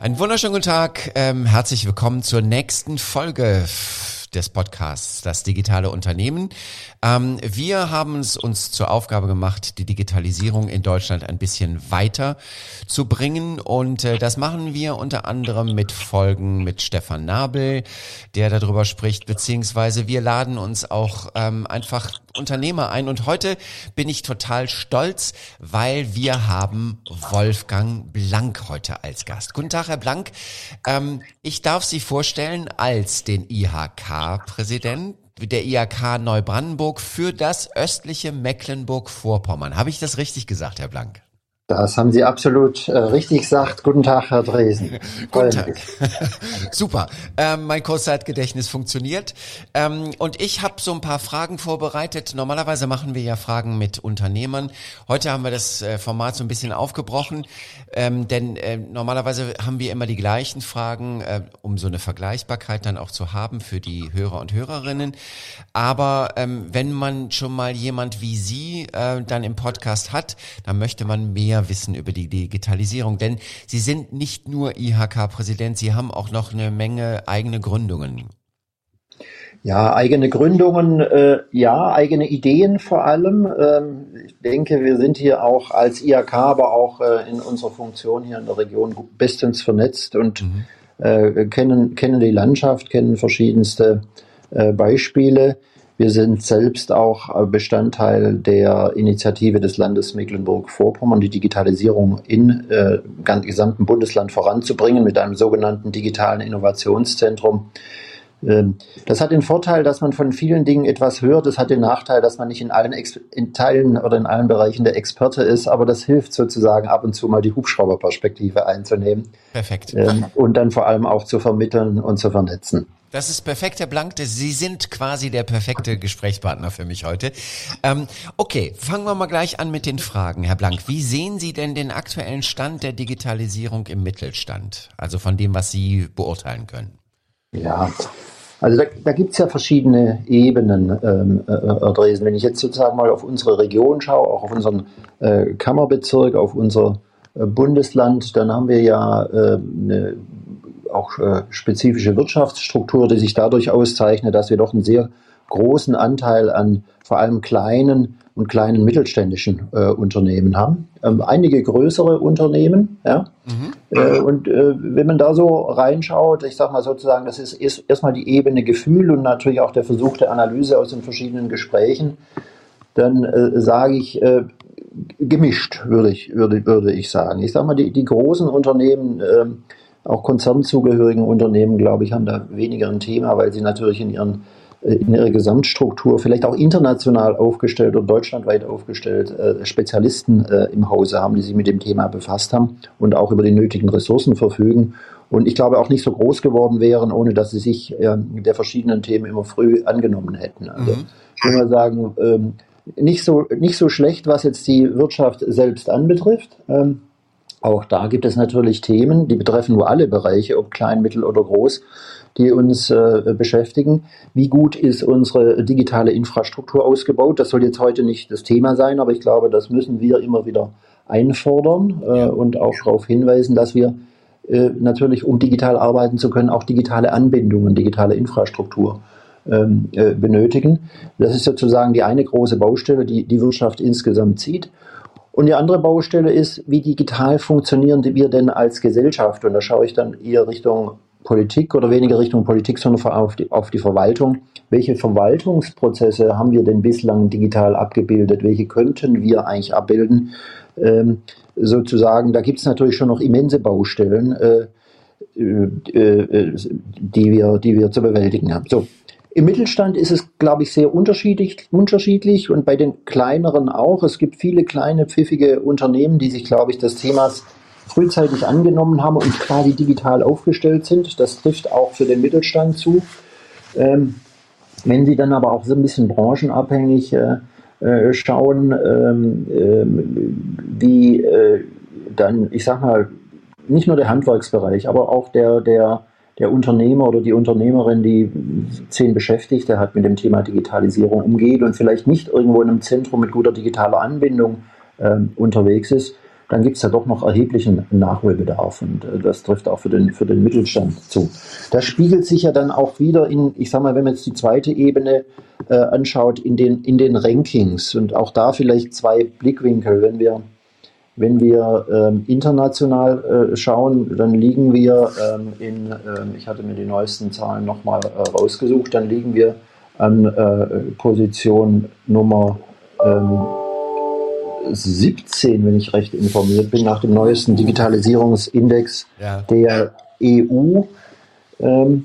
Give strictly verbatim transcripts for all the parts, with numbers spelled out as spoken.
Einen wunderschönen guten Tag, ähm, herzlich willkommen zur nächsten Folge des Podcasts Das digitale Unternehmen. Ähm, wir haben es uns zur Aufgabe gemacht, die Digitalisierung in Deutschland ein bisschen weiter zu bringen und äh, das machen wir unter anderem mit Folgen mit Stefan Nabel, der darüber spricht, beziehungsweise wir laden uns auch ähm, einfach Unternehmer ein und heute bin ich total stolz, weil wir haben Wolfgang Blank heute als Gast. Guten Tag, Herr Blank. Ähm, ich darf Sie vorstellen als den I H K-Präsident der I H K Neubrandenburg für das östliche Mecklenburg-Vorpommern. Habe ich das richtig gesagt, Herr Blank? Das haben Sie absolut äh, richtig gesagt. Guten Tag, Herr Dresen. Guten Tag. Super. Ähm, mein Kurzzeitgedächtnis funktioniert. Ähm, und ich habe so ein paar Fragen vorbereitet. Normalerweise machen wir ja Fragen mit Unternehmern. Heute haben wir das äh, Format so ein bisschen aufgebrochen, ähm, denn äh, normalerweise haben wir immer die gleichen Fragen, äh, um so eine Vergleichbarkeit dann auch zu haben für die Hörer und Hörerinnen. Aber ähm, wenn man schon mal jemand wie Sie äh, dann im Podcast hat, dann möchte man mehr wissen über die Digitalisierung, denn Sie sind nicht nur I H K-Präsident, Sie haben auch noch eine Menge eigene Gründungen. Ja, eigene Gründungen, äh, ja, eigene Ideen vor allem. Ähm, ich denke, wir sind hier auch als I H K, aber auch äh, in unserer Funktion hier in der Region bestens vernetzt und mhm. äh, kennen, kennen die Landschaft, kennen verschiedenste äh, Beispiele. Wir sind selbst auch Bestandteil der Initiative des Landes Mecklenburg-Vorpommern, die Digitalisierung im äh, gesamten Bundesland voranzubringen mit einem sogenannten digitalen Innovationszentrum. Ähm, das hat den Vorteil, dass man von vielen Dingen etwas hört. Das hat den Nachteil, dass man nicht in allen Ex- in Teilen oder in allen Bereichen der Experte ist. Aber das hilft sozusagen ab und zu mal die Hubschrauberperspektive einzunehmen. Perfekt. Ähm, und dann vor allem auch zu vermitteln und zu vernetzen. Das ist perfekt, Herr Blank. Sie sind quasi der perfekte Gesprächspartner für mich heute. Ähm, okay, fangen wir mal gleich an mit den Fragen. Herr Blank, wie sehen Sie denn den aktuellen Stand der Digitalisierung im Mittelstand? Also von dem, was Sie beurteilen können. Ja, also da, da gibt es ja verschiedene Ebenen, ähm, äh, Dresden. Wenn ich jetzt sozusagen mal auf unsere Region schaue, auch auf unseren äh, Kammerbezirk, auf unser äh, Bundesland, dann haben wir ja äh, eine auch äh, spezifische Wirtschaftsstruktur, die sich dadurch auszeichnet, dass wir doch einen sehr großen Anteil an vor allem kleinen und kleinen mittelständischen äh, Unternehmen haben. Ähm, einige größere Unternehmen, ja. Mhm. Äh, und äh, wenn man da so reinschaut, ich sag mal sozusagen, das ist erst, erstmal die Ebene Gefühl und natürlich auch der Versuch der Analyse aus den verschiedenen Gesprächen, dann äh, sage ich, äh, gemischt, würde ich, würde, würde ich sagen. Ich sag mal, die, die großen Unternehmen, äh, auch konzernzugehörigen Unternehmen, glaube ich, haben da weniger ein Thema, weil sie natürlich in, ihren, in ihrer Gesamtstruktur, vielleicht auch international aufgestellt oder deutschlandweit aufgestellt, äh, Spezialisten äh, im Hause haben, die sich mit dem Thema befasst haben und auch über die nötigen Ressourcen verfügen. Und ich glaube auch nicht so groß geworden wären, ohne dass sie sich äh, der verschiedenen Themen immer früh angenommen hätten. Also mhm. ich würde mal sagen, ähm, nicht so, nicht so schlecht, was jetzt die Wirtschaft selbst anbetrifft. Ähm, Auch da gibt es natürlich Themen, die betreffen nur alle Bereiche, ob klein, mittel oder groß, die uns äh, beschäftigen. Wie gut ist unsere digitale Infrastruktur ausgebaut? Das soll jetzt heute nicht das Thema sein, aber ich glaube, das müssen wir immer wieder einfordern äh, und auch darauf hinweisen, dass wir äh, natürlich, um digital arbeiten zu können, auch digitale Anbindungen, digitale Infrastruktur ähm, äh, benötigen. Das ist sozusagen die eine große Baustelle, die die Wirtschaft insgesamt zieht. Und die andere Baustelle ist, wie digital funktionieren wir denn als Gesellschaft? Und da schaue ich dann eher Richtung Politik oder weniger Richtung Politik, sondern auf die, auf die Verwaltung. Welche Verwaltungsprozesse haben wir denn bislang digital abgebildet? Welche könnten wir eigentlich abbilden? Ähm, sozusagen, da gibt es natürlich schon noch immense Baustellen, äh, äh, die wir, die wir zu bewältigen haben. So. Im Mittelstand ist es, glaube ich, sehr unterschiedlich, unterschiedlich und bei den kleineren auch. Es gibt viele kleine, pfiffige Unternehmen, die sich, glaube ich, des Themas frühzeitig angenommen haben und quasi digital aufgestellt sind. Das trifft auch für den Mittelstand zu. Ähm, wenn Sie dann aber auch so ein bisschen branchenabhängig äh, äh, schauen, ähm, äh, wie äh, dann, ich sag mal, nicht nur der Handwerksbereich, aber auch der, der der Unternehmer oder die Unternehmerin, die zehn Beschäftigte hat, mit dem Thema Digitalisierung umgeht und vielleicht nicht irgendwo in einem Zentrum mit guter digitaler Anbindung äh, unterwegs ist, dann gibt es ja doch noch erheblichen Nachholbedarf und äh, das trifft auch für den, für den Mittelstand zu. Das spiegelt sich ja dann auch wieder in, ich sag mal, wenn man jetzt die zweite Ebene äh, anschaut, in den, in den Rankings und auch da vielleicht zwei Blickwinkel. Wenn wir, wenn wir ähm, international äh, schauen, dann liegen wir ähm, in, ähm, ich hatte mir die neuesten Zahlen nochmal äh, rausgesucht, dann liegen wir an äh, Position Nummer ähm, siebzehn, wenn ich recht informiert bin, nach dem neuesten Digitalisierungsindex ja. der E U. Ähm,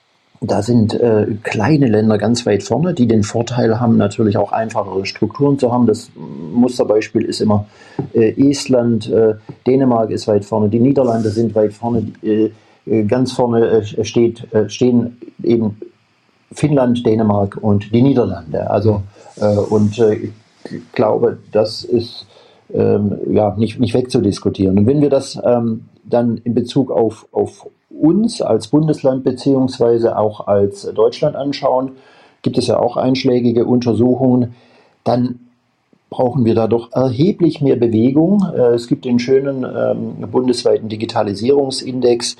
da sind äh, kleine Länder ganz weit vorne, die den Vorteil haben, natürlich auch einfachere Strukturen zu haben. Das Musterbeispiel ist immer äh, Estland, äh, Dänemark ist weit vorne, die Niederlande sind weit vorne, äh, ganz vorne äh, steht, äh, stehen eben Finnland, Dänemark und die Niederlande. Also äh, und äh, ich glaube, das ist ähm, ja nicht, nicht wegzudiskutieren. Und wenn wir das ähm, dann in Bezug auf, auf uns als Bundesland beziehungsweise auch als Deutschland anschauen, gibt es ja auch einschlägige Untersuchungen, dann brauchen wir da doch erheblich mehr Bewegung. Äh, es gibt den schönen ähm, bundesweiten Digitalisierungsindex,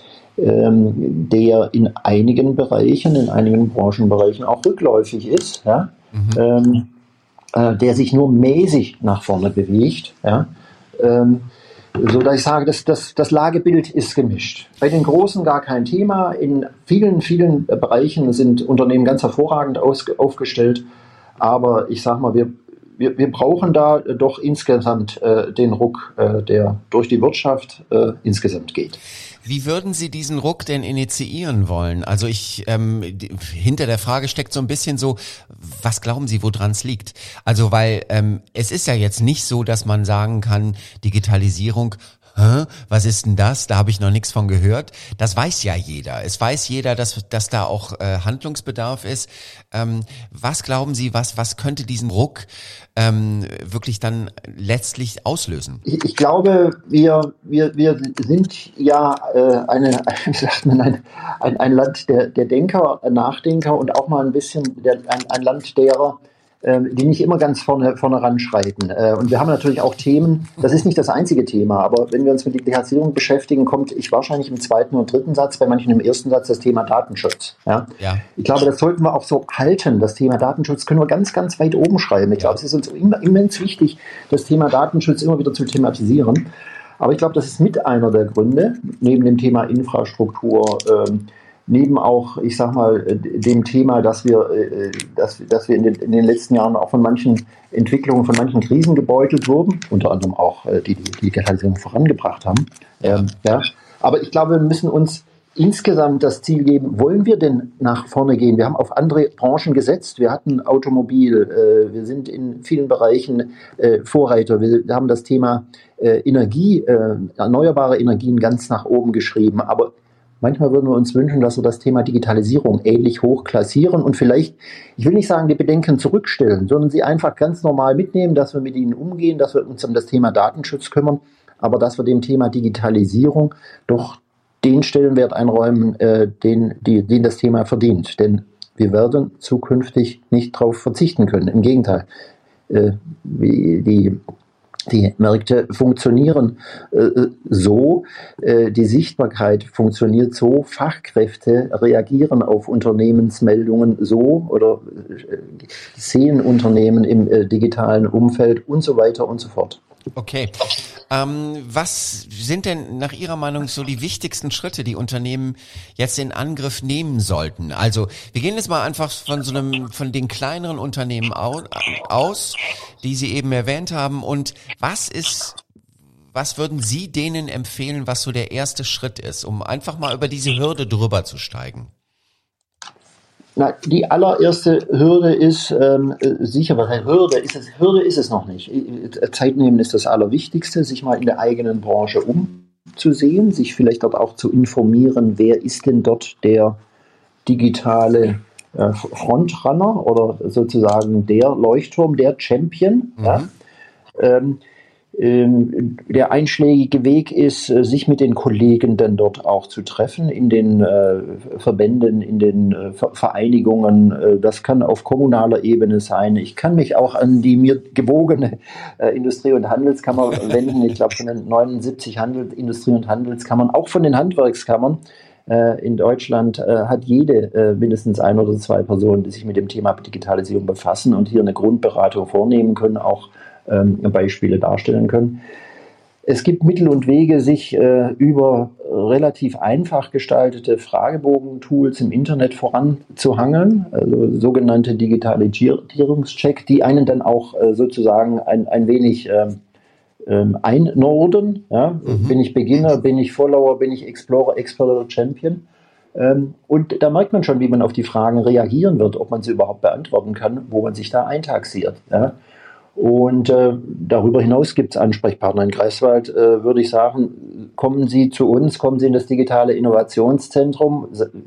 ähm, der in einigen Bereichen, in einigen Branchenbereichen auch rückläufig ist. Ja? Mhm. Ähm, der sich nur mäßig nach vorne bewegt, ja, ähm, so dass ich sage, das, das, das Lagebild ist gemischt. Bei den Großen gar kein Thema. In vielen, vielen Bereichen sind Unternehmen ganz hervorragend aus, aufgestellt. Aber ich sage mal, wir, wir, wir brauchen da doch insgesamt äh, den Ruck, äh, der durch die Wirtschaft äh, insgesamt geht. Wie würden Sie diesen Ruck denn initiieren wollen? Also ich, ähm, die, hinter der Frage steckt so ein bisschen so, was glauben Sie, woran es liegt? Also weil ähm, es ist ja jetzt nicht so, dass man sagen kann, Digitalisierung, hä, was ist denn das? Da habe ich noch nichts von gehört. Das weiß ja jeder. Es weiß jeder, dass, dass da auch äh, Handlungsbedarf ist. Ähm, was glauben Sie, was, was könnte diesen Ruck ähm, wirklich dann letztlich auslösen? Ich, ich glaube, wir, wir, wir sind ja äh, eine, wie sagt man, ein, ein, ein Land der, der Denker, Nachdenker und auch mal ein bisschen der, ein, ein Land derer, die nicht immer ganz vorne, vorne ranschreiten. Und wir haben natürlich auch Themen, das ist nicht das einzige Thema, aber wenn wir uns mit Digitalisierung beschäftigen, kommt ich wahrscheinlich im zweiten und dritten Satz, bei manchen im ersten Satz das Thema Datenschutz. Ja? Ja. Ich glaube, das sollten wir auch so halten. Das Thema Datenschutz können wir ganz, ganz weit oben schreiben. Ich glaube, es ist uns immer, immens wichtig, das Thema Datenschutz immer wieder zu thematisieren. Aber ich glaube, das ist mit einer der Gründe, neben dem Thema Infrastruktur, ähm, neben auch, ich sag mal, dem Thema, dass wir, dass, dass wir in den, in den letzten Jahren auch von manchen Entwicklungen, von manchen Krisen gebeutelt wurden, unter anderem auch die die Digitalisierung vorangebracht haben. Ja. Ähm, ja. Aber ich glaube, wir müssen uns insgesamt das Ziel geben, wollen wir denn nach vorne gehen? Wir haben auf andere Branchen gesetzt, wir hatten Automobil, äh, wir sind in vielen Bereichen äh, Vorreiter, wir haben das Thema äh, Energie, äh, erneuerbare Energien ganz nach oben geschrieben, aber manchmal würden wir uns wünschen, dass wir das Thema Digitalisierung ähnlich hoch klassieren und vielleicht, ich will nicht sagen, die Bedenken zurückstellen, sondern sie einfach ganz normal mitnehmen, dass wir mit ihnen umgehen, dass wir uns um das Thema Datenschutz kümmern, aber dass wir dem Thema Digitalisierung doch den Stellenwert einräumen, äh, den, die, den das Thema verdient. Denn wir werden zukünftig nicht darauf verzichten können. Im Gegenteil, äh, wie die Die Märkte funktionieren äh, so, äh, die Sichtbarkeit funktioniert so, Fachkräfte reagieren auf Unternehmensmeldungen so oder äh, sehen Unternehmen im äh, digitalen Umfeld und so weiter und so fort. Okay. Ähm, was sind denn nach Ihrer Meinung so die wichtigsten Schritte, die Unternehmen jetzt in Angriff nehmen sollten? Also wir gehen jetzt mal einfach von so einem, von den kleineren Unternehmen au- aus, die Sie eben erwähnt haben. Und was ist, was würden Sie denen empfehlen, was so der erste Schritt ist, um einfach mal über diese Hürde drüber zu steigen? Na, die allererste Hürde ist ähm, sicher, was heißt Hürde ist es, Hürde ist es noch nicht. Zeit nehmen ist das Allerwichtigste, sich mal in der eigenen Branche umzusehen, sich vielleicht dort auch zu informieren, wer ist denn dort der digitale äh, Frontrunner oder sozusagen der Leuchtturm, der Champion. Mhm. Ja? Ähm, ähm, der einschlägige Weg ist, äh, sich mit den Kollegen dann dort auch zu treffen, in den äh, Verbänden, in den äh, Vereinigungen. Äh, das kann auf kommunaler Ebene sein. Ich kann mich auch an die mir gewogene äh, Industrie- und Handelskammer wenden. Ich glaube, von den neunundsiebzig Handel, Industrie- und Handelskammern, auch von den Handwerkskammern äh, in Deutschland, äh, hat jede äh, mindestens ein oder zwei Personen, die sich mit dem Thema Digitalisierung befassen und hier eine Grundberatung vornehmen können, auch Beispiele darstellen können. Es gibt Mittel und Wege, sich äh, über relativ einfach gestaltete Fragebogen-Tools im Internet voranzuhangeln, also sogenannte Digitalisierungscheck, die einen dann auch äh, sozusagen ein, ein wenig ähm, ähm, einnorden. Ja? Mhm. Bin ich Beginner, bin ich Follower, bin ich Explorer, Explorer, Champion? Ähm, und da merkt man schon, wie man auf die Fragen reagieren wird, ob man sie überhaupt beantworten kann, wo man sich da eintaxiert. Ja? Und äh, darüber hinaus gibt es Ansprechpartner. In Greifswald äh, würde ich sagen, kommen Sie zu uns, kommen Sie in das digitale Innovationszentrum,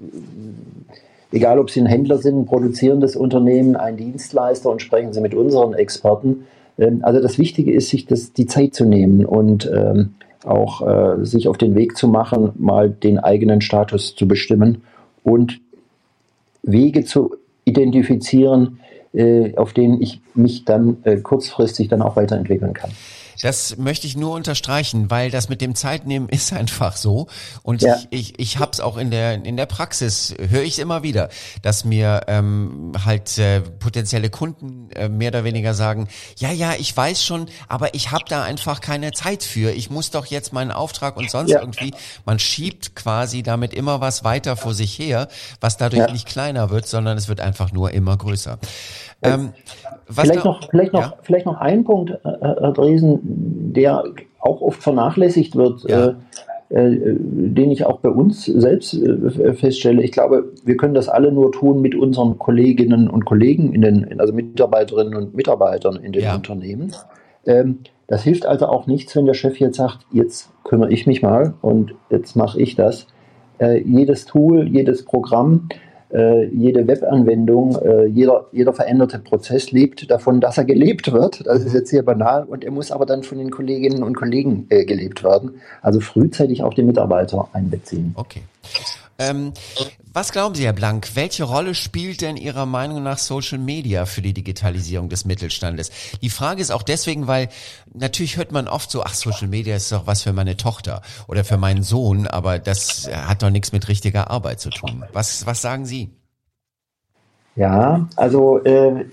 egal ob Sie ein Händler sind, ein produzierendes Unternehmen, ein Dienstleister, und sprechen Sie mit unseren Experten. Ähm, also das Wichtige ist, sich das, die Zeit zu nehmen und ähm, auch äh, sich auf den Weg zu machen, mal den eigenen Status zu bestimmen und Wege zu identifizieren, auf denen ich mich dann äh, kurzfristig dann auch weiterentwickeln kann. Das möchte ich nur unterstreichen, weil das mit dem Zeitnehmen ist einfach so. Und ja. ich ich ich habe es auch in der in der Praxis, höre ich immer wieder, dass mir ähm, halt äh, potenzielle Kunden äh, mehr oder weniger sagen, ja, ja, ich weiß schon, aber ich habe da einfach keine Zeit für. Ich muss doch jetzt meinen Auftrag und sonst ja. irgendwie. Man schiebt quasi damit immer was weiter vor sich her, was dadurch ja. nicht kleiner wird, sondern es wird einfach nur immer größer. Ähm, vielleicht, noch, vielleicht, noch, ja? vielleicht noch ein Punkt, Herr Dresen, der auch oft vernachlässigt wird, ja. äh, äh, den ich auch bei uns selbst äh, feststelle. Ich glaube, wir können das alle nur tun mit unseren Kolleginnen und Kollegen, in den, also Mitarbeiterinnen und Mitarbeitern in den ja. Unternehmen. Ähm, das hilft also auch nichts, wenn der Chef jetzt sagt, jetzt kümmere ich mich mal und jetzt mache ich das. Äh, jedes Tool, jedes Programm, jede Webanwendung, jeder, jeder veränderte Prozess lebt davon, dass er gelebt wird. Das ist jetzt sehr banal, und er muss aber dann von den Kolleginnen und Kollegen äh, gelebt werden. Also frühzeitig auch den Mitarbeiter einbeziehen. Okay. Ähm, was glauben Sie, Herr Blank, welche Rolle spielt denn Ihrer Meinung nach Social Media für die Digitalisierung des Mittelstandes? Die Frage ist auch deswegen, weil natürlich hört man oft so, ach, Social Media ist doch was für meine Tochter oder für meinen Sohn, aber das hat doch nichts mit richtiger Arbeit zu tun. Was, was sagen Sie? Ja, also äh,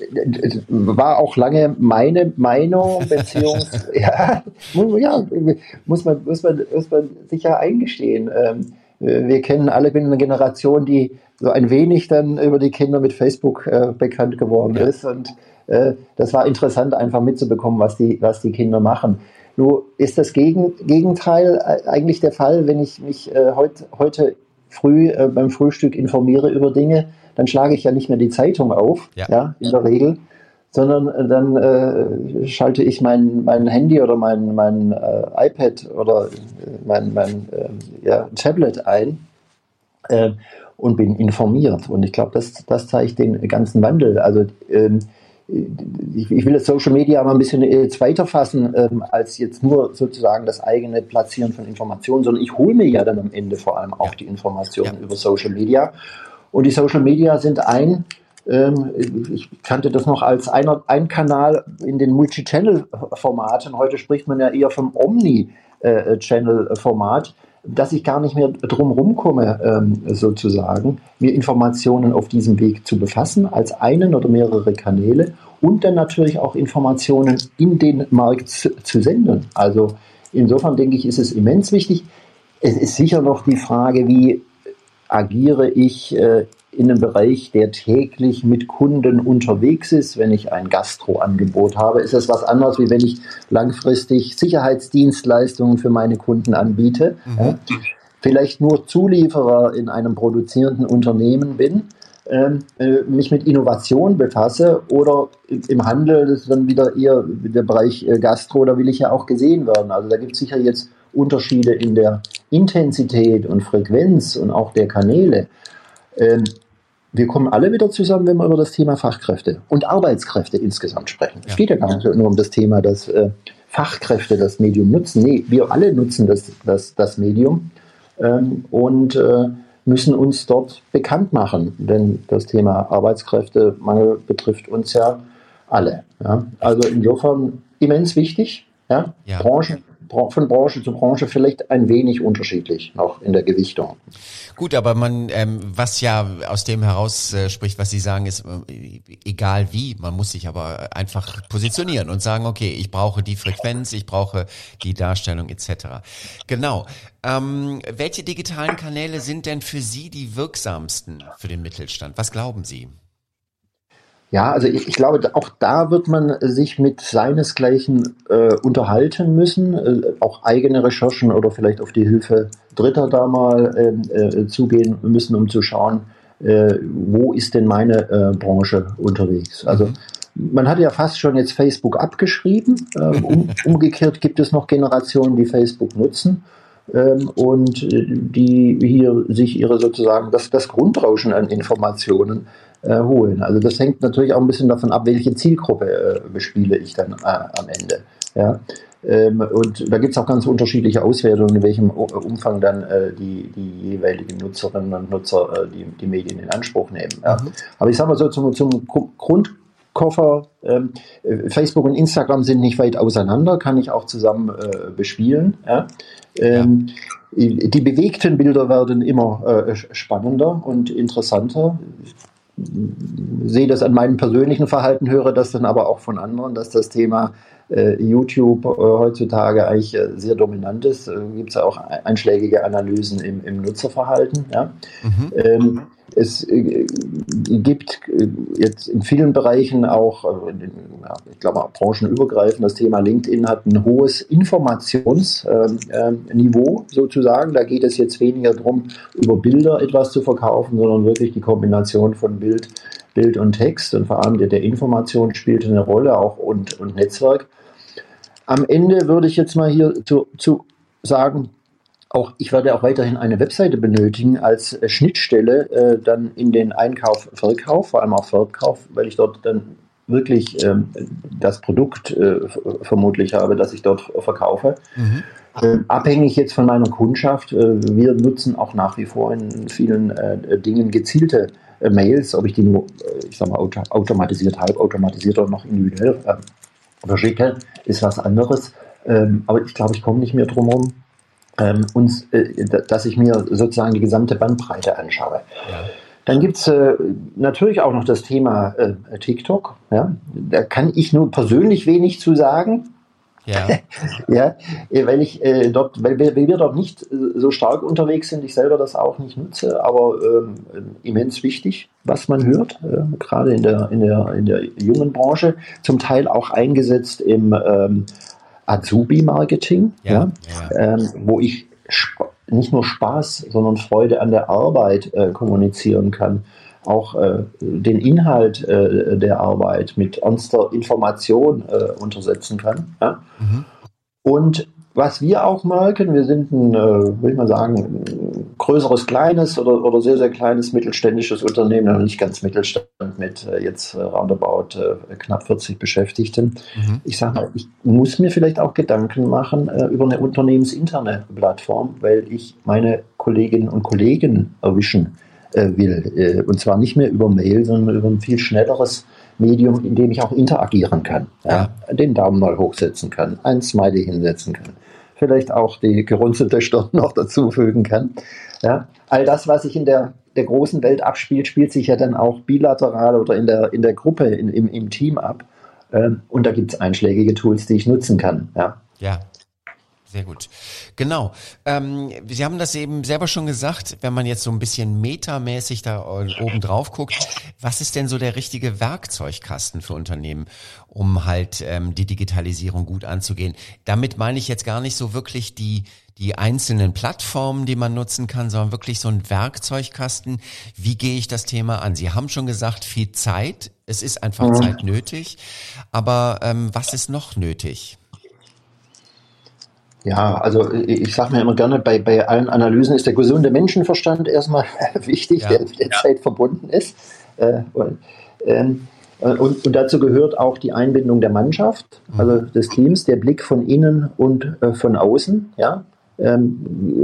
war auch lange meine Meinung, beziehungsweise ja, ja, muss man, muss man, muss man sicher eingestehen. Ähm, Wir kennen alle, bin eine Generation, die so ein wenig dann über die Kinder mit Facebook äh, bekannt geworden ja. ist. Und äh, das war interessant, einfach mitzubekommen, was die, was die Kinder machen. Nur ist das Gegen, Gegenteil eigentlich der Fall, wenn ich mich äh, heut, heute früh äh, beim Frühstück informiere über Dinge, dann schlage ich ja nicht mehr die Zeitung auf, ja, ja in der Regel, sondern dann äh, schalte ich mein, mein Handy oder mein, mein äh, iPad oder mein, mein äh, ja, Tablet ein äh, und bin informiert. Und ich glaube, das, das zeigt den ganzen Wandel. Also ähm, ich, ich will das Social Media mal ein bisschen jetzt weiterfassen, ähm, als jetzt nur sozusagen das eigene Platzieren von Informationen, sondern ich hole mir ja dann am Ende vor allem auch ja. die Informationen ja. über Social Media. Und die Social Media sind ein Ich kannte das noch als einer, ein Kanal in den Multi-Channel-Formaten. Heute spricht man ja eher vom Omni-Channel-Format, dass ich gar nicht mehr drum rumkomme, sozusagen, mir Informationen auf diesem Weg zu befassen, als einen oder mehrere Kanäle, und dann natürlich auch Informationen in den Markt zu senden. Also insofern denke ich, ist es immens wichtig. Es ist sicher noch die Frage, wie agiere ich äh, in einem Bereich, der täglich mit Kunden unterwegs ist. Wenn ich ein Gastroangebot habe, ist das was anderes, wie wenn ich langfristig Sicherheitsdienstleistungen für meine Kunden anbiete. Mhm. Ja, vielleicht nur Zulieferer in einem produzierenden Unternehmen bin, äh, mich mit Innovation befasse, oder im Handel, das ist dann wieder eher der Bereich äh, Gastro, da will ich ja auch gesehen werden. Also da gibt es sicher jetzt Unterschiede in der Intensität und Frequenz und auch der Kanäle. Ähm, wir kommen alle wieder zusammen, wenn wir über das Thema Fachkräfte und Arbeitskräfte insgesamt sprechen. Es ja. geht ja gar nicht nur um das Thema, dass äh, Fachkräfte das Medium nutzen. Nee, wir alle nutzen das, das, das Medium ähm, und äh, müssen uns dort bekannt machen, denn das Thema Arbeitskräftemangel betrifft uns ja alle. Ja? Also insofern immens wichtig, ja? Ja. Branche, von Branche zu Branche vielleicht ein wenig unterschiedlich noch in der Gewichtung. Gut, aber man, ähm, was ja aus dem heraus äh, spricht, was Sie sagen, ist äh, egal wie, man muss sich aber einfach positionieren und sagen, okay, ich brauche die Frequenz, ich brauche die Darstellung et cetera. Genau. Ähm, welche digitalen Kanäle sind denn für Sie die wirksamsten für den Mittelstand? Was glauben Sie? Ja, also ich, ich glaube, auch da wird man sich mit seinesgleichen äh, unterhalten müssen, äh, auch eigene Recherchen oder vielleicht auf die Hilfe Dritter da mal äh, äh, zugehen müssen, um zu schauen, äh, wo ist denn meine äh, Branche unterwegs. Also man hat ja fast schon jetzt Facebook abgeschrieben. Äh, um, umgekehrt gibt es noch Generationen, die Facebook nutzen. Ähm, und äh, die hier sich ihre sozusagen das, das Grundrauschen an Informationen äh, holen. Also das hängt natürlich auch ein bisschen davon ab, welche Zielgruppe äh, bespiele ich dann äh, am Ende. Ja? Ähm, und da gibt es auch ganz unterschiedliche Auswertungen, in welchem Umfang dann äh, die, die jeweiligen Nutzerinnen und Nutzer äh, die, die Medien in Anspruch nehmen. Ja? Mhm. Aber ich sage mal so zum, zum Grundkoffer, ähm, Facebook und Instagram sind nicht weit auseinander, kann ich auch zusammen äh, bespielen. Ja? Ähm, ja. Die bewegten Bilder werden immer äh, spannender und interessanter. Ich sehe das an meinem persönlichen Verhalten, höre das dann aber auch von anderen, dass das Thema äh, YouTube äh, heutzutage eigentlich äh, sehr dominant ist. Äh, gibt es ja auch einschlägige Analysen im, im Nutzerverhalten. Ja? Mhm. Ähm, es äh, gibt äh, jetzt in vielen Bereichen auch, äh, in, ja, ich glaube auch branchenübergreifend, das Thema LinkedIn hat ein hohes Informationsniveau äh, sozusagen. Da geht es jetzt weniger darum, über Bilder etwas zu verkaufen, sondern wirklich die Kombination von Bild, Bild und Text und vor allem der, der Information spielt eine Rolle, auch und, und Netzwerk. Am Ende würde ich jetzt mal hier zu, zu sagen, auch ich werde auch weiterhin eine Webseite benötigen als Schnittstelle äh, dann in den Einkauf, Verkauf, vor allem auch Verkauf, weil ich dort dann wirklich ähm, das Produkt äh, vermutlich habe, das ich dort verkaufe. Mhm. Äh, abhängig jetzt von meiner Kundschaft, äh, wir nutzen auch nach wie vor in vielen äh, Dingen gezielte äh, Mails, ob ich die nur, äh, ich sag mal, auto, automatisiert, halbautomatisiert oder noch individuell äh, verschicke, ist was anderes. Ähm, aber ich glaube, ich komme nicht mehr drum herum, ähm, uns, äh, dass ich mir sozusagen die gesamte Bandbreite anschaue. Ja. Dann gibt es äh, natürlich auch noch das Thema äh, TikTok. Ja? Da kann ich nur persönlich wenig zu sagen. Ja. Ja, weil ich äh, dort, weil wir, weil wir dort nicht äh, so stark unterwegs sind, ich selber das auch nicht nutze, aber ähm, immens wichtig, was man hört, äh, gerade in der, in der, in der jungen Branche, zum Teil auch eingesetzt im ähm, Azubi-Marketing, ja, ja. Ähm, wo ich sp- nicht nur Spaß, sondern Freude an der Arbeit äh, kommunizieren kann. Auch äh, den Inhalt äh, der Arbeit mit ernster Information äh, untersetzen kann. Ja? Mhm. Und was wir auch merken, wir sind ein, äh, würde ich mal sagen, ein größeres, kleines oder, oder sehr, sehr kleines mittelständisches Unternehmen, noch nicht ganz Mittelstand mit äh, jetzt äh, roundabout äh, knapp vierzig Beschäftigten. Mhm. Ich sage mal, ich muss mir vielleicht auch Gedanken machen äh, über eine unternehmensinterne Plattform, weil ich meine Kolleginnen und Kollegen erwischen will. Und zwar nicht mehr über Mail, sondern über ein viel schnelleres Medium, in dem ich auch interagieren kann. Ja. Ja, den Daumen mal hochsetzen kann, ein Smiley hinsetzen kann. Vielleicht auch die gerunzelte Stirn noch dazufügen kann. Ja. All das, was sich in der, der großen Welt abspielt, spielt sich ja dann auch bilateral oder in der, in der Gruppe, in, im, im Team ab. Und da gibt es einschlägige Tools, die ich nutzen kann. Ja. Ja. Sehr gut. Genau. Ähm, Sie haben das eben selber schon gesagt, wenn man jetzt so ein bisschen metamäßig da oben drauf guckt, was ist denn so der richtige Werkzeugkasten für Unternehmen, um halt ähm, die Digitalisierung gut anzugehen? Damit meine ich jetzt gar nicht so wirklich die die einzelnen Plattformen, die man nutzen kann, sondern wirklich so ein Werkzeugkasten. Wie gehe ich das Thema an? Sie haben schon gesagt, viel Zeit. Es ist einfach mhm. Zeit nötig. Aber ähm, was ist noch nötig? Ja, also ich sage mir immer gerne, bei, bei allen Analysen ist der gesunde Menschenverstand erstmal wichtig, ja. der, der ja. Zeit verbunden ist. Äh, und, ähm, Und, und dazu gehört auch die Einbindung der Mannschaft, also des Teams, der Blick von innen und äh, von außen. Ja? Ähm,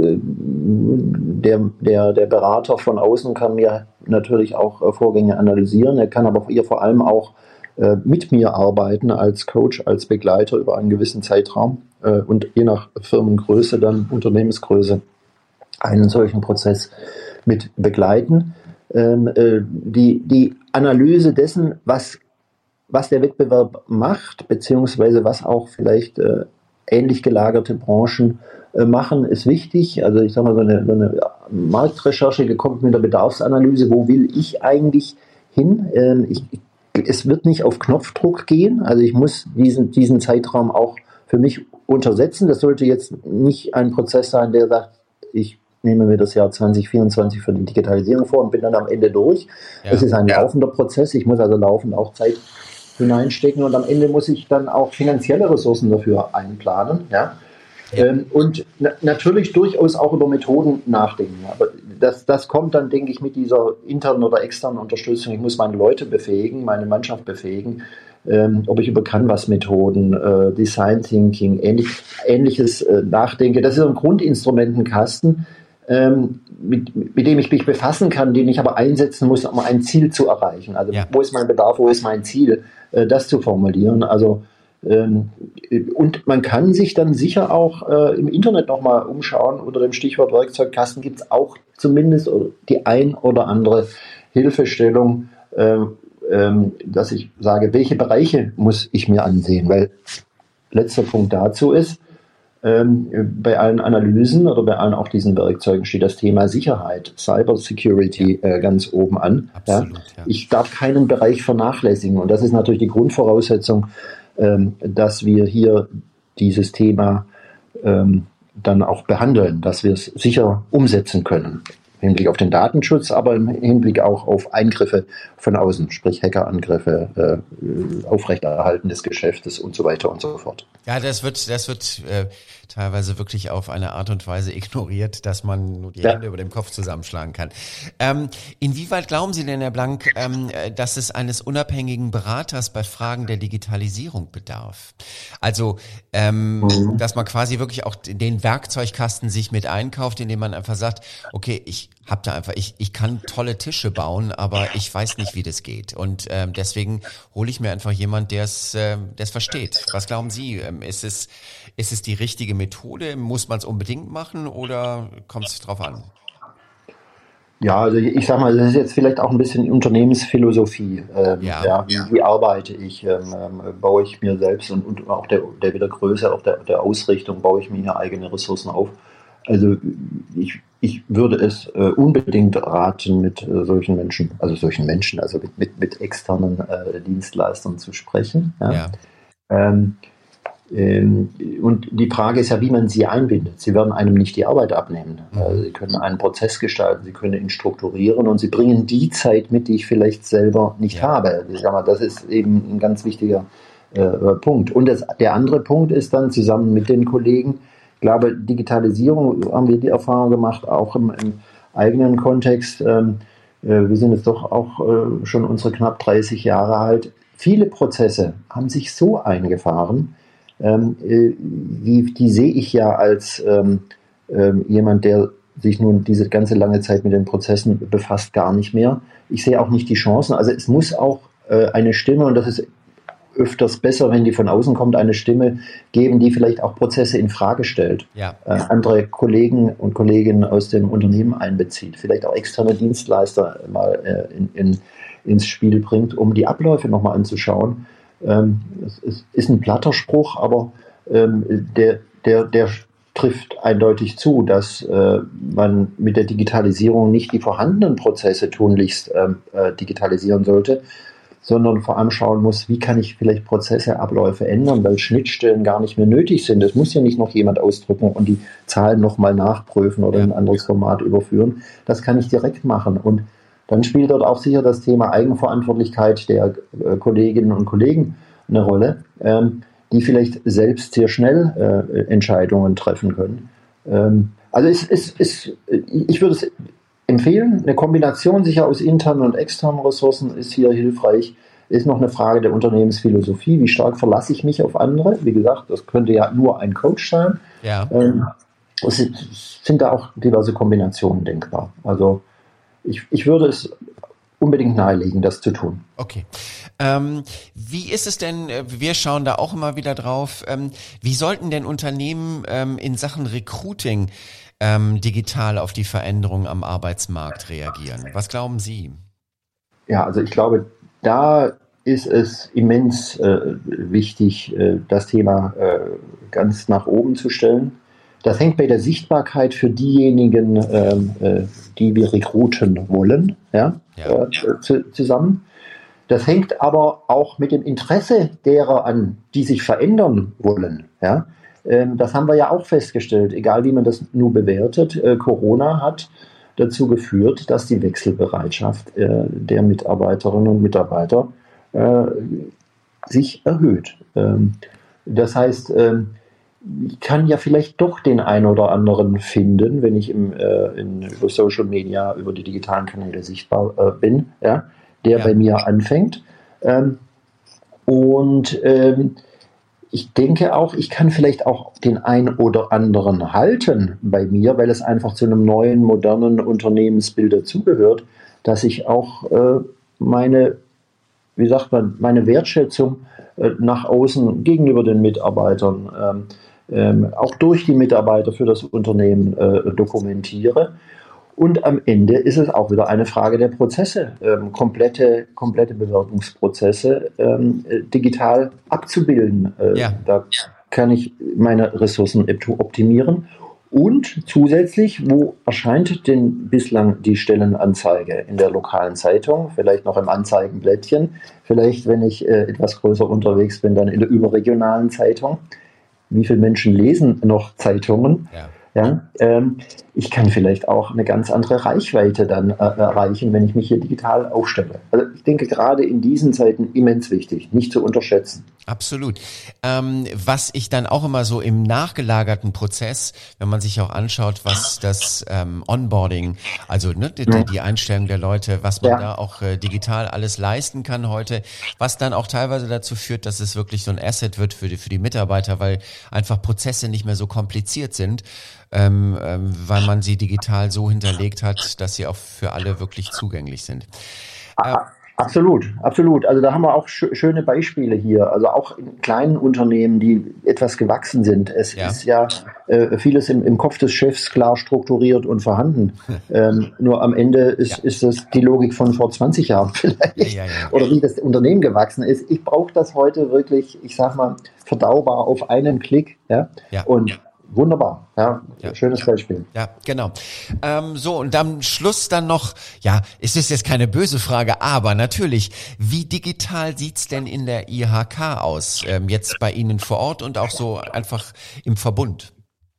der, der, der Berater von außen kann mir natürlich auch äh, Vorgänge analysieren, er kann aber hier vor allem auch äh, mit mir arbeiten als Coach, als Begleiter über einen gewissen Zeitraum äh, und je nach Firmengröße, dann Unternehmensgröße, einen solchen Prozess mit begleiten. Ähm, äh, die, die Analyse dessen, was, was der Wettbewerb macht, beziehungsweise was auch vielleicht äh, ähnlich gelagerte Branchen äh, machen, ist wichtig. Also ich sage mal, so eine, so eine Marktrecherche gekommen mit der Bedarfsanalyse, wo will ich eigentlich hin? Ähm, ich, es wird nicht auf Knopfdruck gehen, also ich muss diesen, diesen Zeitraum auch für mich untersetzen. Das sollte jetzt nicht ein Prozess sein, der sagt, ich nehme mir das Jahr zwanzig vierundzwanzig für die Digitalisierung vor und bin dann am Ende durch. Ja. Es ist ein ja. laufender Prozess. Ich muss also laufend auch Zeit hineinstecken und am Ende muss ich dann auch finanzielle Ressourcen dafür einplanen. Ja? Ja. Ähm, und na- natürlich durchaus auch über Methoden nachdenken. Aber das, das kommt dann, denke ich, mit dieser internen oder externen Unterstützung. Ich muss meine Leute befähigen, meine Mannschaft befähigen, ähm, ob ich über Canvas-Methoden, äh, Design Thinking, ähnlich, ähnliches äh, nachdenke. Das ist ein Grundinstrumentenkasten, ähm, mit, mit dem ich mich befassen kann, den ich aber einsetzen muss, um ein Ziel zu erreichen. Also ja. wo ist mein Bedarf, wo ist mein Ziel, äh, das zu formulieren. Also ähm, und man kann sich dann sicher auch äh, im Internet nochmal umschauen. Unter dem Stichwort Werkzeugkasten gibt es auch zumindest die ein oder andere Hilfestellung, äh, ähm, dass ich sage, welche Bereiche muss ich mir ansehen, weil letzter Punkt dazu ist, Ähm, bei allen Analysen oder bei allen auch diesen Werkzeugen steht das Thema Sicherheit, Cyber Security äh, ganz oben an. Absolut, ja. Ja. Ich darf keinen Bereich vernachlässigen und das ist natürlich die Grundvoraussetzung, ähm, dass wir hier dieses Thema ähm, dann auch behandeln, dass wir es sicher umsetzen können. Im Hinblick auf den Datenschutz, aber im Hinblick auch auf Eingriffe von außen, sprich Hackerangriffe, äh, Aufrechterhalten des Geschäftes und so weiter und so fort. Ja, das wird, das wird äh, teilweise wirklich auf eine Art und Weise ignoriert, dass man nur die ja. Hände über dem Kopf zusammenschlagen kann. Ähm, inwieweit glauben Sie denn, Herr Blank, ähm, dass es eines unabhängigen Beraters bei Fragen der Digitalisierung bedarf? Also, ähm, mhm. dass man quasi wirklich auch den Werkzeugkasten sich mit einkauft, indem man einfach sagt, okay, ich hab da einfach, ich ich kann tolle Tische bauen, aber ich weiß nicht, wie das geht. Und ähm, deswegen hole ich mir einfach jemand, der es äh, der es versteht. Was glauben Sie? Ähm, ist es ist es die richtige Methode? Muss man es unbedingt machen oder kommt es drauf an? Ja, also ich sag mal, das ist jetzt vielleicht auch ein bisschen Unternehmensphilosophie. Ähm, ja, ja, wie, wie arbeite ich? Ähm, baue ich mir selbst und, und auch der, der wieder Größe, auch der, der Ausrichtung, baue ich mir eigene Ressourcen auf? Also ich, ich würde es äh, unbedingt raten, mit äh, solchen Menschen, also solchen Menschen, also mit, mit, mit externen äh, Dienstleistern zu sprechen. Ja? Ja. Ähm, ähm, und die Frage ist ja, wie man sie einbindet. Sie werden einem nicht die Arbeit abnehmen. Mhm. Also sie können einen Prozess gestalten, sie können ihn strukturieren und sie bringen die Zeit mit, die ich vielleicht selber nicht ja. habe. Ich sag mal, das ist eben ein ganz wichtiger äh, Punkt. Und das, der andere Punkt ist dann zusammen mit den Kollegen, ich glaube, Digitalisierung, haben wir die Erfahrung gemacht, auch im, im eigenen Kontext. Ähm, äh, wir sind jetzt doch auch äh, schon unsere knapp dreißig Jahre alt. Viele Prozesse haben sich so eingefahren, ähm, äh, die, die sehe ich ja als ähm, äh, jemand, der sich nun diese ganze lange Zeit mit den Prozessen befasst, gar nicht mehr. Ich sehe auch nicht die Chancen. Also es muss auch äh, eine Stimme, und das ist öfters besser, wenn die von außen kommt, eine Stimme geben, die vielleicht auch Prozesse in Frage stellt, ja. äh, andere Kollegen und Kolleginnen aus dem Unternehmen einbezieht, vielleicht auch externe Dienstleister mal äh, in, in, ins Spiel bringt, um die Abläufe nochmal anzuschauen. Ähm, es, es ist ein platter Spruch, aber ähm, der, der, der trifft eindeutig zu, dass äh, man mit der Digitalisierung nicht die vorhandenen Prozesse tunlichst äh, digitalisieren sollte, sondern vor allem schauen muss, wie kann ich vielleicht Prozesse, Abläufe ändern, weil Schnittstellen gar nicht mehr nötig sind. Es muss ja nicht noch jemand ausdrucken und die Zahlen nochmal nachprüfen oder in ein anderes Format überführen. Das kann ich direkt machen. Und dann spielt dort auch sicher das Thema Eigenverantwortlichkeit der äh, Kolleginnen und Kollegen eine Rolle, ähm, die vielleicht selbst sehr schnell äh, Entscheidungen treffen können. Ähm, also es, es, es, ich würde es empfehlen, eine Kombination sicher aus internen und externen Ressourcen ist hier hilfreich. ist noch eine Frage der Unternehmensphilosophie. Wie stark verlasse ich mich auf andere? Wie gesagt, das könnte ja nur ein Coach sein. Ja. Ähm, es sind da auch diverse Kombinationen denkbar. Also ich, ich würde es unbedingt nahelegen, das zu tun. Okay. Ähm, wie ist es denn, wir schauen da auch immer wieder drauf, ähm, wie sollten denn Unternehmen ähm, in Sachen Recruiting ähm, digital auf die Veränderungen am Arbeitsmarkt reagieren? Was glauben Sie? Ja, also ich glaube, da ist es immens äh, wichtig, äh, das Thema äh, ganz nach oben zu stellen. Das hängt bei der Sichtbarkeit für diejenigen, ähm, äh, die wir rekruten wollen, ja, Ja. äh, zu, zusammen. Das hängt aber auch mit dem Interesse derer an, die sich verändern wollen. Ja. Ähm, das haben wir ja auch festgestellt, egal wie man das nur bewertet. Äh, Corona hat dazu geführt, dass die Wechselbereitschaft äh, der Mitarbeiterinnen und Mitarbeiter äh, sich erhöht. Ähm, das heißt, ähm, ich kann ja vielleicht doch den einen oder anderen finden, wenn ich im, äh, in, über Social Media, über die digitalen Kanäle sichtbar äh, bin, ja, der Ja. bei mir anfängt. Ähm, und ähm, ich denke auch, ich kann vielleicht auch den einen oder anderen halten bei mir, weil es einfach zu einem neuen, modernen Unternehmensbild dazugehört, dass ich auch äh, meine, wie sagt man, meine Wertschätzung äh, nach außen gegenüber den Mitarbeitern ähm, ähm, auch durch die Mitarbeiter für das Unternehmen äh, dokumentiere. Und am Ende ist es auch wieder eine Frage der Prozesse, ähm, komplette, komplette Bewerbungsprozesse ähm, äh, digital abzubilden. Äh, Ja. Da kann ich meine Ressourcen optimieren. Und zusätzlich, wo erscheint denn bislang die Stellenanzeige? In der lokalen Zeitung, vielleicht noch im Anzeigenblättchen, vielleicht, wenn ich äh, etwas größer unterwegs bin, dann in der überregionalen Zeitung. Wie viele Menschen lesen noch Zeitungen? Ja. Ja, ähm, ich kann vielleicht auch eine ganz andere Reichweite dann äh, erreichen, wenn ich mich hier digital aufstelle. Also ich denke, gerade in diesen Zeiten immens wichtig, nicht zu unterschätzen. Absolut. Ähm, was ich dann auch immer so im nachgelagerten Prozess, wenn man sich auch anschaut, was das ähm, Onboarding, also ne, die, die Einstellung der Leute, was man Ja. da auch äh, digital alles leisten kann heute, was dann auch teilweise dazu führt, dass es wirklich so ein Asset wird für die, für die Mitarbeiter, weil einfach Prozesse nicht mehr so kompliziert sind, ähm, ähm, weil man sie digital so hinterlegt hat, dass sie auch für alle wirklich zugänglich sind. Äh, Absolut, absolut. Also da haben wir auch sch- schöne Beispiele hier. Also auch in kleinen Unternehmen, die etwas gewachsen sind. Es Ja. ist ja äh, vieles im, im Kopf des Chefs klar strukturiert und vorhanden. ähm, nur am Ende ist, Ja. ist es die Logik von vor zwanzig Jahren vielleicht. Ja, ja, ja. Oder wie das Unternehmen gewachsen ist. Ich brauche das heute wirklich, ich sag mal, verdaubar auf einen Klick. Ja? Ja. Und wunderbar. Ja? Ja. Schönes Beispiel. Ja, genau. Ähm, so, und am Schluss dann noch, ja, es ist jetzt keine böse Frage, aber natürlich, wie digital sieht's denn in der I H K aus, ähm, jetzt bei Ihnen vor Ort und auch so einfach im Verbund?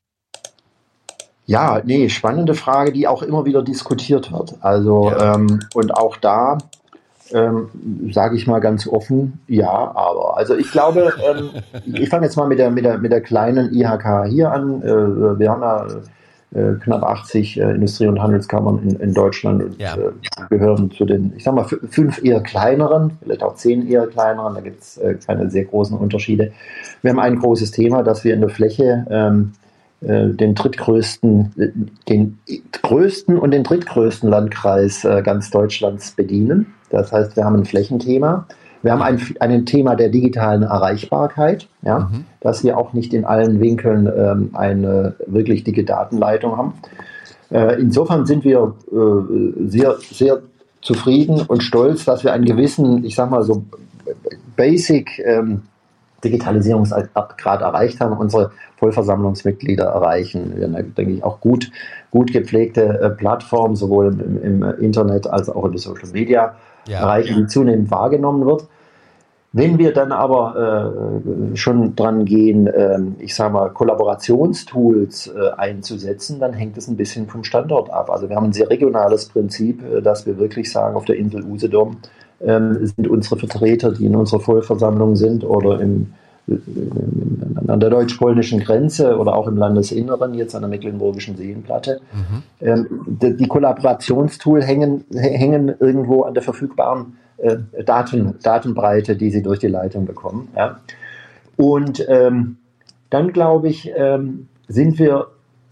Ja, nee, spannende Frage, die auch immer wieder diskutiert wird. Also, Ja. ähm, und auch da ähm, sage ich mal ganz offen, ja, aber. Also ich glaube, ähm, ich fange jetzt mal mit der, mit, der, mit der kleinen I H K hier an. Äh, wir haben ja äh, knapp achtzig äh, Industrie- und Handelskammern in, in Deutschland und Ja. äh, gehören zu den, ich sag mal, f- fünf eher kleineren, vielleicht auch zehn eher kleineren, da gibt es äh, keine sehr großen Unterschiede. Wir haben ein großes Thema, dass wir in der Fläche ähm, den drittgrößten, den größten und den drittgrößten Landkreis ganz Deutschlands bedienen. Das heißt, wir haben ein Flächenthema. Wir haben ein, ein Thema der digitalen Erreichbarkeit, ja, Mhm. dass wir auch nicht in allen Winkeln ähm, eine wirklich dicke Datenleitung haben. Äh, insofern sind wir äh, sehr, sehr zufrieden und stolz, dass wir einen gewissen, ich sag mal so, Basic ähm, Digitalisierungsgrad erreicht haben, unsere Vollversammlungsmitglieder erreichen. Wir haben, denke ich, auch gut, gut gepflegte äh, Plattformen, sowohl im, im Internet als auch in den Social Media Ja. erreichen, die zunehmend wahrgenommen wird. Wenn wir dann aber äh, schon dran gehen, äh, ich sage mal, Kollaborationstools äh, einzusetzen, dann hängt es ein bisschen vom Standort ab. Also wir haben ein sehr regionales Prinzip, äh, dass wir wirklich sagen, auf der Insel Usedom ähm, sind unsere Vertreter, die in unserer Vollversammlung sind oder im, äh, an der deutsch-polnischen Grenze oder auch im Landesinneren, jetzt an der Mecklenburgischen Seenplatte. Mhm. Ähm, die, die Kollaborationstools hängen, hängen irgendwo an der verfügbaren äh, Daten, Datenbreite, die sie durch die Leitung bekommen. Ja. Und ähm, dann, glaube ich, ähm, sind wir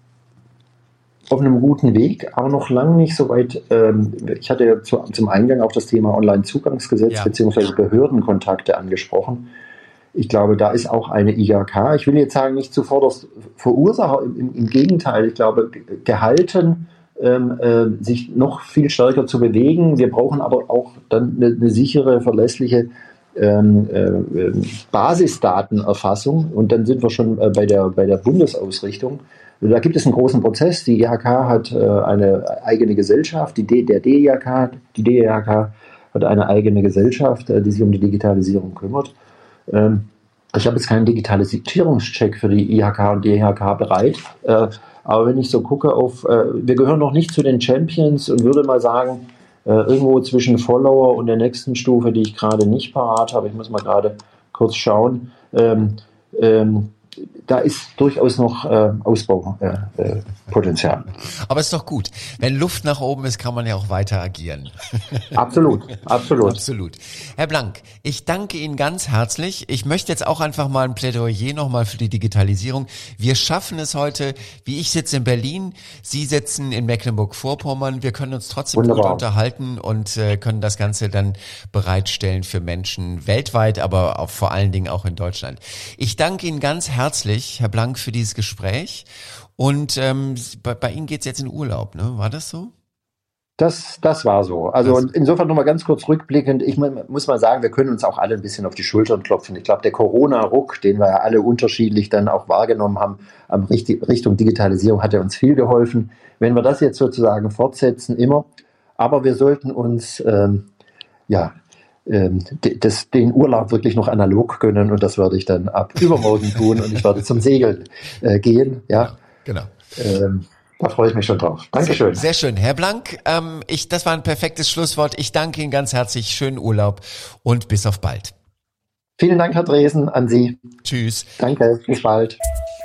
auf einem guten Weg, aber noch lange nicht so weit. Ähm, ich hatte ja zu, zum Eingang auch das Thema Onlinezugangsgesetz ja. beziehungsweise Behördenkontakte angesprochen. Ich glaube, da ist auch eine I H K. Ich will jetzt sagen, nicht zuvorderst Verursacher, im, im Gegenteil. Ich glaube, gehalten, ähm, äh, sich noch viel stärker zu bewegen. Wir brauchen aber auch dann eine, eine sichere, verlässliche ähm, äh, Basisdatenerfassung. Und dann sind wir schon äh, bei der, bei der Bundesausrichtung. Da gibt es einen großen Prozess. Die I H K hat äh, eine eigene Gesellschaft, die D, der D I H K, die D I H K hat eine eigene Gesellschaft, äh, die sich um die Digitalisierung kümmert. Ähm, ich habe jetzt keinen Digitalisierungscheck für die I H K und D I H K bereit, äh, aber wenn ich so gucke auf, äh, wir gehören noch nicht zu den Champions und würde mal sagen, äh, irgendwo zwischen Follower und der nächsten Stufe, die ich gerade nicht parat habe, ich muss mal gerade kurz schauen, ähm, ähm, da ist durchaus noch äh, Ausbaupotenzial. Äh, äh, Aber ist doch gut. Wenn Luft nach oben ist, kann man ja auch weiter agieren. Absolut, absolut. Absolut. Herr Blank, ich danke Ihnen ganz herzlich. Ich möchte jetzt auch einfach mal ein Plädoyer nochmal für die Digitalisierung. Wir schaffen es heute, wie ich sitze in Berlin, Sie sitzen in Mecklenburg-Vorpommern. Wir können uns trotzdem Wunderbar. gut unterhalten und äh, können das Ganze dann bereitstellen für Menschen weltweit, aber auch vor allen Dingen auch in Deutschland. Ich danke Ihnen ganz herzlich. Herzlich, Herr Blank, für dieses Gespräch. Und ähm, bei, bei Ihnen geht es jetzt in Urlaub, ne? War das so? Das, das war so. Also das. Insofern nochmal ganz kurz rückblickend. Ich muss mal sagen, wir können uns auch alle ein bisschen auf die Schultern klopfen. Ich glaube, der Corona-Ruck, den wir ja alle unterschiedlich dann auch wahrgenommen haben, am Richtung Digitalisierung, hat ja uns viel geholfen. Wenn wir das jetzt sozusagen fortsetzen, immer. Aber wir sollten uns, ähm, ja, Das, den Urlaub wirklich noch analog gönnen und das werde ich dann ab übermorgen tun und ich werde zum Segeln äh, gehen. Ja, genau. Ähm, da freue ich mich schon drauf. Dankeschön. Sehr, sehr schön. Herr Blank, ähm, ich, das war ein perfektes Schlusswort. Ich danke Ihnen ganz herzlich. Schönen Urlaub und bis auf bald. Vielen Dank, Herr Dresen, an Sie. Tschüss. Danke, bis bald.